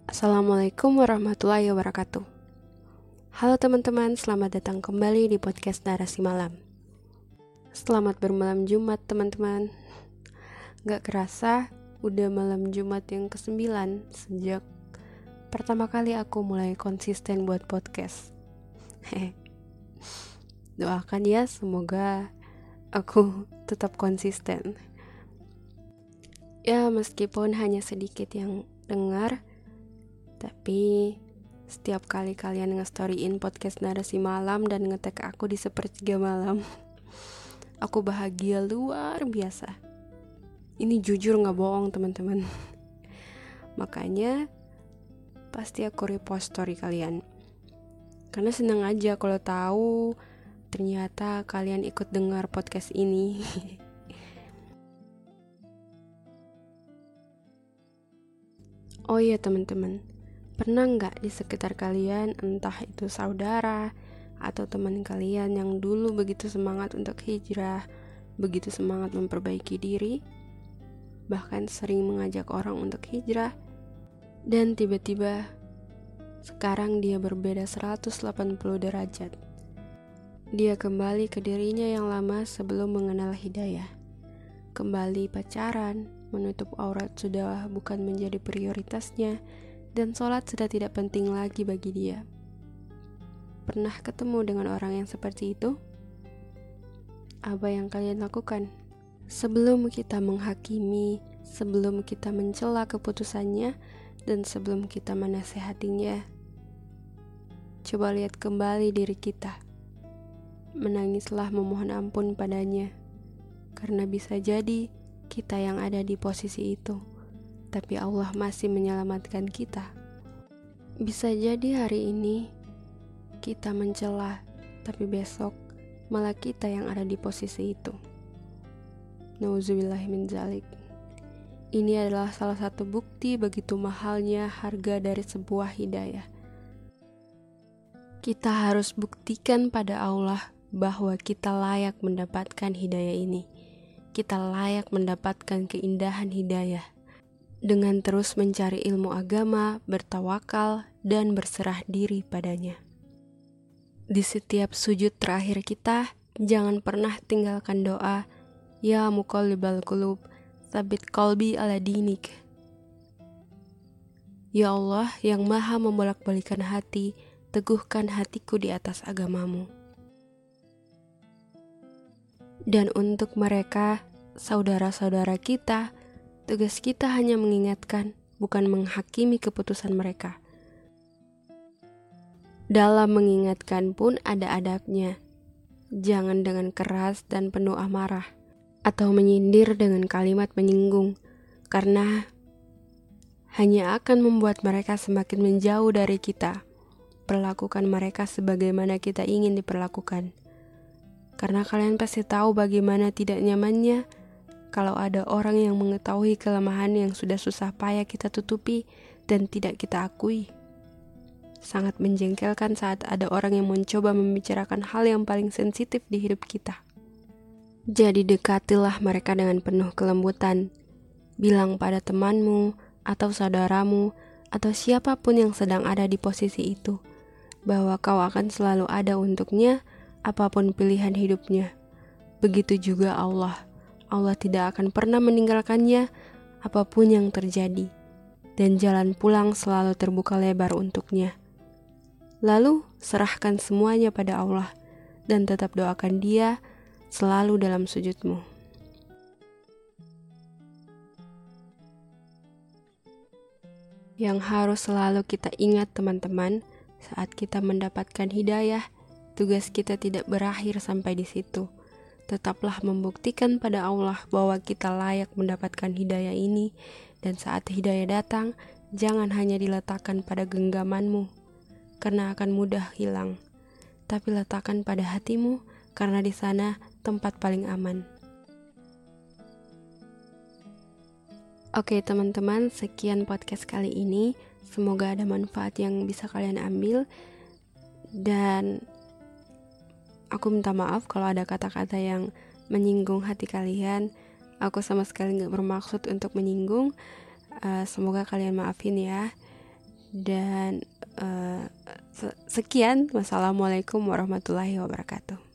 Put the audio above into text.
Assalamualaikum warahmatullahi wabarakatuh. Halo teman-teman, selamat datang kembali di podcast Narasi Malam. Selamat bermalam Jumat teman-teman. Gak kerasa, udah malam Jumat yang ke-9 sejak pertama kali aku mulai konsisten buat podcast. Doakan ya, semoga aku tetap konsisten. Ya, meskipun hanya sedikit yang dengar, tapi setiap kali kalian nge-storyin podcast Narasi Malam dan nge-tag aku di 1/3 malam, aku bahagia luar biasa. Ini jujur gak bohong teman-teman. Makanya pasti aku repost story kalian, karena senang aja kalau tahu ternyata kalian ikut dengar podcast ini. Oh iya teman-teman, pernah nggak di sekitar kalian, entah itu saudara atau teman kalian yang dulu begitu semangat untuk hijrah, begitu semangat memperbaiki diri, bahkan sering mengajak orang untuk hijrah, dan tiba-tiba sekarang dia berbeda 180 derajat. Dia kembali ke dirinya yang lama sebelum mengenal hidayah. Kembali pacaran, menutup aurat sudah bukan menjadi prioritasnya, dan sholat sudah tidak penting lagi bagi dia. Pernah ketemu dengan orang yang seperti itu? Apa yang kalian lakukan? Sebelum kita menghakimi, sebelum kita mencela keputusannya, dan sebelum kita menasehatinya, coba lihat kembali diri kita. Menangislah memohon ampun padanya, karena bisa jadi kita yang ada di posisi itu, tapi Allah masih menyelamatkan kita. Bisa jadi hari ini kita mencela, tapi besok malah kita yang ada di posisi itu. Nauzubillah min dzalik. Ini adalah salah satu bukti begitu mahalnya harga dari sebuah hidayah. Kita harus buktikan pada Allah bahwa kita layak mendapatkan hidayah ini. Kita layak mendapatkan keindahan hidayah dengan terus mencari ilmu agama, bertawakal, dan berserah diri padanya. Di setiap sujud terakhir kita, jangan pernah tinggalkan doa, Ya muqallibal qulub, tsabit qalbi ala dinik. Ya Allah yang maha membolak-balikan hati, teguhkan hatiku di atas agamamu. Dan untuk mereka, saudara-saudara kita, tugas kita hanya mengingatkan, bukan menghakimi keputusan mereka. Dalam mengingatkan pun ada adabnya. Jangan dengan keras dan penuh amarah, atau menyindir dengan kalimat menyinggung, karena hanya akan membuat mereka semakin menjauh dari kita. Perlakukan mereka sebagaimana kita ingin diperlakukan. Karena kalian pasti tahu bagaimana tidak nyamannya kalau ada orang yang mengetahui kelemahan yang sudah susah payah kita tutupi dan tidak kita akui. Sangat menjengkelkan saat ada orang yang mencoba membicarakan hal yang paling sensitif di hidup kita. Jadi dekatilah mereka dengan penuh kelembutan. Bilang pada temanmu atau saudaramu atau siapapun yang sedang ada di posisi itu, bahwa kau akan selalu ada untuknya apapun pilihan hidupnya. Begitu juga Allah. Allah tidak akan pernah meninggalkannya apapun yang terjadi, dan jalan pulang selalu terbuka lebar untuknya. Lalu serahkan semuanya pada Allah dan tetap doakan Dia selalu dalam sujudmu. Yang harus selalu kita ingat teman-teman, saat kita mendapatkan hidayah, tugas kita tidak berakhir sampai di situ. Tetaplah membuktikan pada Allah bahwa kita layak mendapatkan hidayah ini, dan saat hidayah datang, jangan hanya diletakkan pada genggamanmu, karena akan mudah hilang, tapi letakkan pada hatimu, karena di sana tempat paling aman. Oke teman-teman, sekian podcast kali ini. Semoga ada manfaat yang bisa kalian ambil, dan aku minta maaf kalau ada kata-kata yang menyinggung hati kalian. Aku sama sekali gak bermaksud untuk menyinggung. Semoga kalian maafin ya. Dan sekian, wassalamualaikum warahmatullahi wabarakatuh.